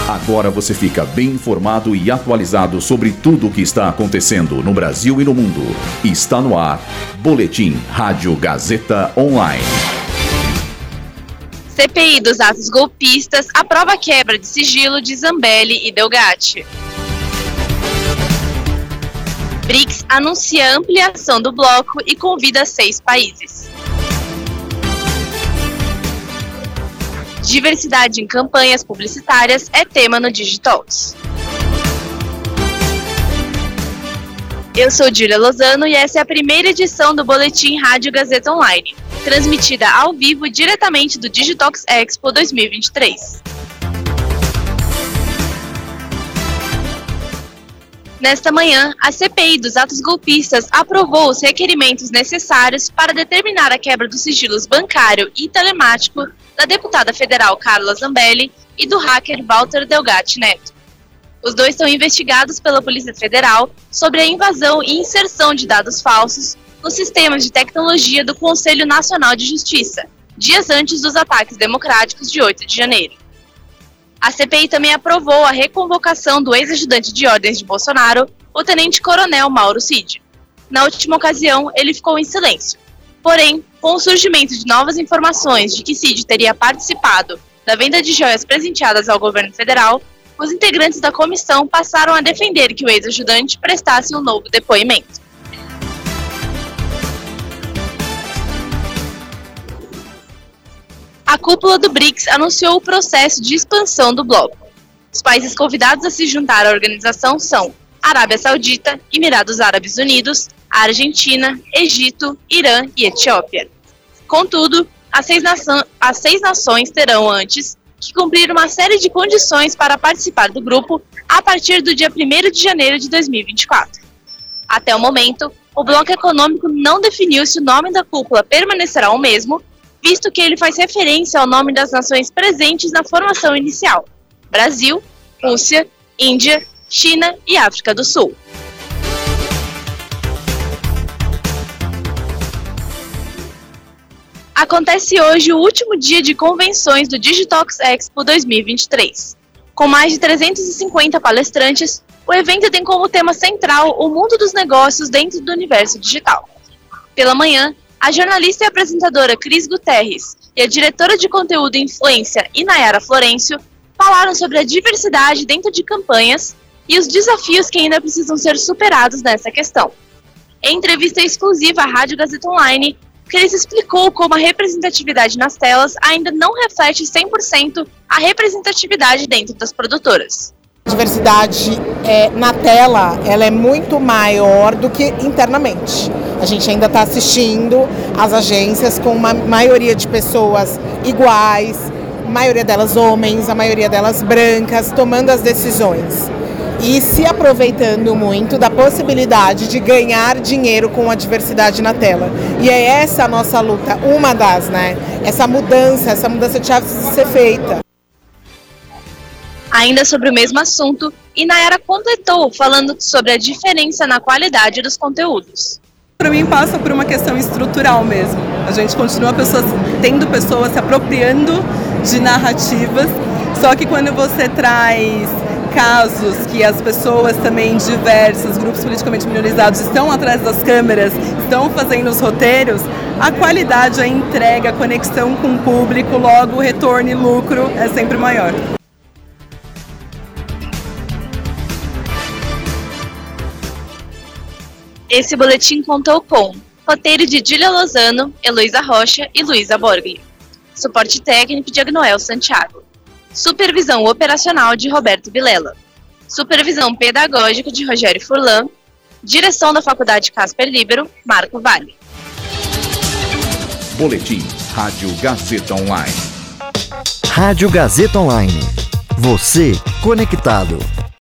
Agora você fica bem informado e atualizado sobre tudo o que está acontecendo no Brasil e no mundo. Está no ar, Boletim Rádio Gazeta Online. CPI dos atos golpistas aprova a quebra de sigilo de Zambelli e Delgatti. BRICS anuncia ampliação do bloco e convida 6 países. Diversidade em campanhas publicitárias é tema no Digitalks. Eu sou Júlia Lozano e essa é a primeira edição do Boletim Rádio Gazeta Online, transmitida ao vivo diretamente do Digitalks Expo 2023. Nesta manhã, a CPI dos atos golpistas aprovou os requerimentos necessários para determinar a quebra dos sigilos bancário e telemático da deputada federal Carla Zambelli e do hacker Walter Delgatti Neto. Os dois são investigados pela Polícia Federal sobre a invasão e inserção de dados falsos nos sistemas de tecnologia do Conselho Nacional de Justiça, dias antes dos ataques democráticos de 8 de janeiro. A CPI também aprovou a reconvocação do ex-ajudante de ordens de Bolsonaro, o tenente-coronel Mauro Cid. Na última ocasião, ele ficou em silêncio. Porém, com o surgimento de novas informações de que Cid teria participado da venda de joias presenteadas ao governo federal, os integrantes da comissão passaram a defender que o ex-ajudante prestasse um novo depoimento. A cúpula do BRICS anunciou o processo de expansão do bloco. Os países convidados a se juntar à organização são Arábia Saudita, Emirados Árabes Unidos, Argentina, Egito, Irã e Etiópia. Contudo, as seis nações terão antes que cumprir uma série de condições para participar do grupo a partir do dia 1º de janeiro de 2024. Até o momento, o bloco econômico não definiu se o nome da cúpula permanecerá o mesmo, visto que ele faz referência ao nome das nações presentes na formação inicial: Brasil, Rússia, Índia, China e África do Sul. Acontece hoje o último dia de convenções do Digitalks Expo 2023. Com mais de 350 palestrantes, o evento tem como tema central o mundo dos negócios dentro do universo digital. Pela manhã, a jornalista e apresentadora Cris Guterres e a diretora de conteúdo e influência Inayara Florencio falaram sobre a diversidade dentro de campanhas e os desafios que ainda precisam ser superados nessa questão. Em entrevista exclusiva à Rádio Gazeta Online, Cris explicou como a representatividade nas telas ainda não reflete 100% a representatividade dentro das produtoras. A diversidade na tela ela é muito maior do que internamente. A gente ainda está assistindo as agências com uma maioria de pessoas iguais, a maioria delas homens, a maioria delas brancas, tomando as decisões. E se aproveitando muito da possibilidade de ganhar dinheiro com a diversidade na tela. E é essa a nossa luta, uma das, né? Essa mudança de chave precisa ser feita. Ainda sobre o mesmo assunto, Inayara completou falando sobre a diferença na qualidade dos conteúdos. Para mim passa por uma questão estrutural mesmo. A gente continua tendo pessoas se apropriando de narrativas, só que quando você traz casos que as pessoas também diversas, grupos politicamente minorizados estão atrás das câmeras, estão fazendo os roteiros, a qualidade, a entrega, a conexão com o público, logo o retorno e lucro é sempre maior. Esse boletim contou com roteiro de Júlia Lozano, Heloísa Rocha e Luísa Borgli. Suporte técnico de Agnoel Santiago. Supervisão operacional de Roberto Vilela. Supervisão pedagógica de Rogério Furlan. Direção da Faculdade Casper Libero, Marco Vale. Boletim Rádio Gazeta Online. Rádio Gazeta Online. Você conectado.